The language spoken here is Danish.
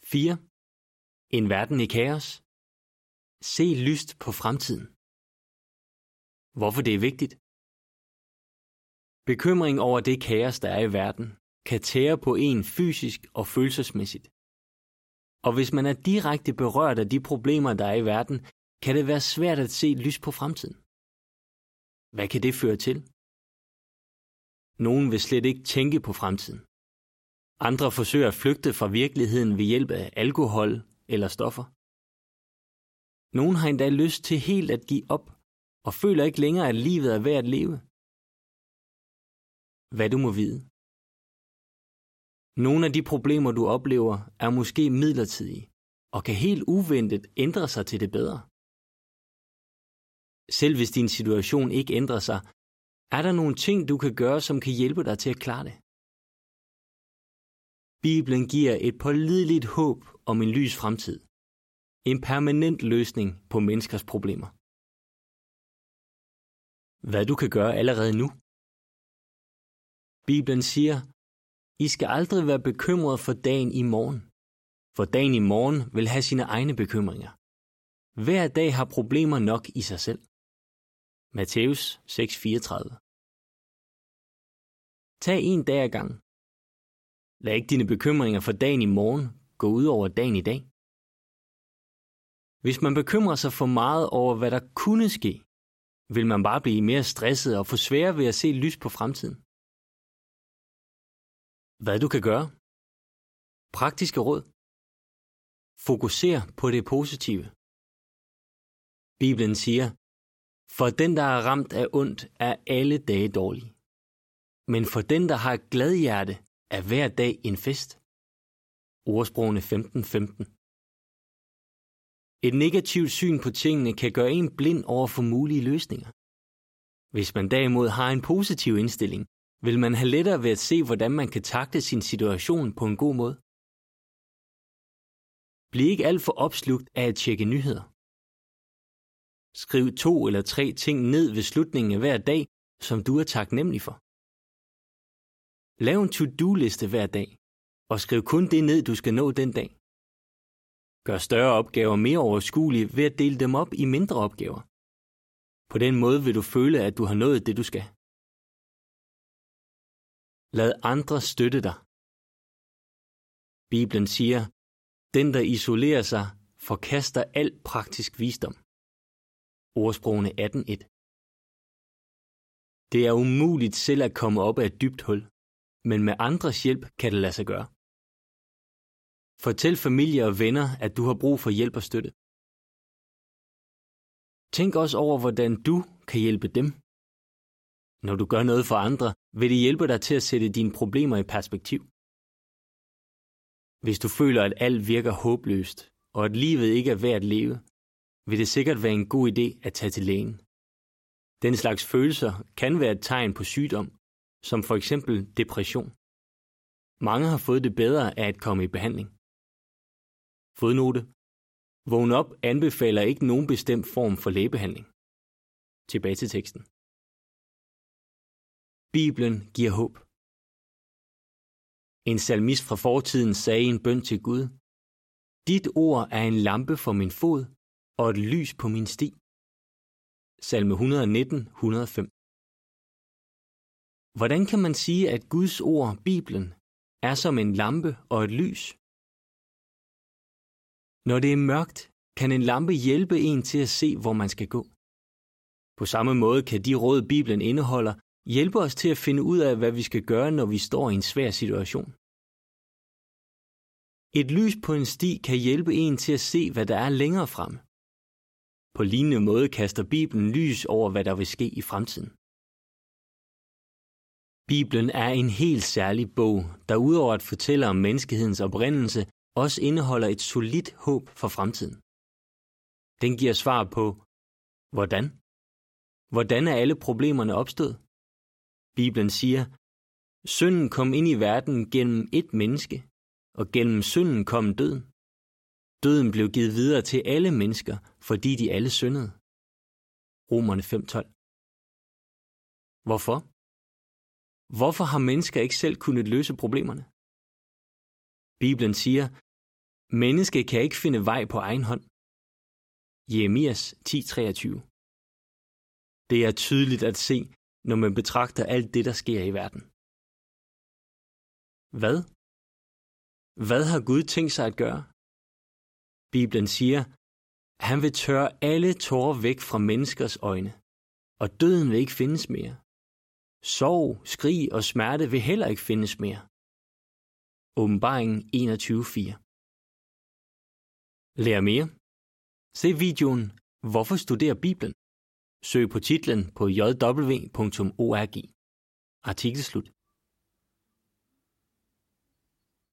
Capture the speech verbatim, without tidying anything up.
fire. En verden i kaos. Se lyst på fremtiden. Hvorfor det er vigtigt? Bekymring over det kaos, der er i verden, kan tære på en fysisk og følelsesmæssigt. Og hvis man er direkte berørt af de problemer, der er i verden, kan det være svært at se lys på fremtiden. Hvad kan det føre til? Nogen vil slet ikke tænke på fremtiden. Andre forsøger at flygte fra virkeligheden ved hjælp af alkohol eller stoffer. Nogen har endda lyst til helt at give op, og føler ikke længere, at livet er værd at leve. Hvad du må vide. Nogle af de problemer, du oplever, er måske midlertidige, og kan helt uventet ændre sig til det bedre. Selv hvis din situation ikke ændrer sig, er der nogle ting, du kan gøre, som kan hjælpe dig til at klare det. Bibelen giver et pålideligt håb om en lys fremtid. En permanent løsning på menneskers problemer. Hvad du kan gøre allerede nu. Bibelen siger, I skal aldrig være bekymret for dagen i morgen, for dagen i morgen vil have sine egne bekymringer. Hver dag har problemer nok i sig selv. Matthæus seks fireogtredive. Tag en dag ad gangen. Lad ikke dine bekymringer for dagen i morgen gå ud over dagen i dag. Hvis man bekymrer sig for meget over, hvad der kunne ske, vil man bare blive mere stresset og få sværere ved at se lys på fremtiden. Hvad du kan gøre? Praktiske råd. Fokuser på det positive. Bibelen siger, for den, der er ramt af ondt, er alle dage dårlige. Men for den, der har et glad hjerte, er hver dag en fest. Ordsprogene femten femten. Et negativt syn på tingene kan gøre en blind over for mulige løsninger. Hvis man derimod har en positiv indstilling, vil man have lettere ved at se, hvordan man kan takle sin situation på en god måde. Bliv ikke alt for opslugt af at tjekke nyheder. Skriv to eller tre ting ned ved slutningen af hver dag, som du er taknemmelig for. Lav en to-do-liste hver dag, og skriv kun det ned, du skal nå den dag. Gør større opgaver mere overskuelige ved at dele dem op i mindre opgaver. På den måde vil du føle, at du har nået det, du skal. Lad andre støtte dig. Bibelen siger, den, der isolerer sig, forkaster al praktisk visdom. Ordsprogene atten et. Det er umuligt selv at komme op af et dybt hul, men med andres hjælp kan det lade sig gøre. Fortæl familie og venner, at du har brug for hjælp og støtte. Tænk også over, hvordan du kan hjælpe dem. Når du gør noget for andre, vil det hjælpe dig til at sætte dine problemer i perspektiv. Hvis du føler, at alt virker håbløst, og at livet ikke er værd at leve, vil det sikkert være en god idé at tage til lægen. Den slags følelser kan være et tegn på sygdom, som for eksempel depression. Mange har fået det bedre af at komme i behandling. Fodnote. Vågn op anbefaler ikke nogen bestemt form for lægebehandling. Tilbage til teksten. Bibelen giver håb. En salmist fra fortiden sagde i en bøn til Gud, dit ord er en lampe for min fod og et lys på min sti. Salme et hundrede nitten et hundrede og fem. Hvordan kan man sige, at Guds ord, Bibelen, er som en lampe og et lys? Når det er mørkt, kan en lampe hjælpe en til at se, hvor man skal gå. På samme måde kan de råd, Bibelen indeholder, hjælpe os til at finde ud af, hvad vi skal gøre, når vi står i en svær situation. Et lys på en sti kan hjælpe en til at se, hvad der er længere fremme. På lignende måde kaster Bibelen lys over, hvad der vil ske i fremtiden. Bibelen er en helt særlig bog, der udover at fortælle om menneskehedens oprindelse, også indeholder et solidt håb for fremtiden. Den giver svar på, hvordan? Hvordan er alle problemerne opstået? Bibelen siger, synden kom ind i verden gennem et menneske, og gennem synden kom døden. Døden blev givet videre til alle mennesker, fordi de alle syndede. Romerne fem tolv. Hvorfor? Hvorfor har mennesker ikke selv kunnet løse problemerne? Bibelen siger, Mennesket kan ikke finde vej på egen hånd. Jeremias ti treogtyve. Det er tydeligt at se, når man betragter alt det, der sker i verden. Hvad? Hvad har Gud tænkt sig at gøre? Bibelen siger, at han vil tørre alle tårer væk fra menneskers øjne, og døden vil ikke findes mere. Sorg, skrig og smerte vil heller ikke findes mere. Åbenbaringen enogtyve fire. Lær mere. Se videoen Hvorfor studerer Bibelen? Søg på titlen på j w punktum org. Artikel slut.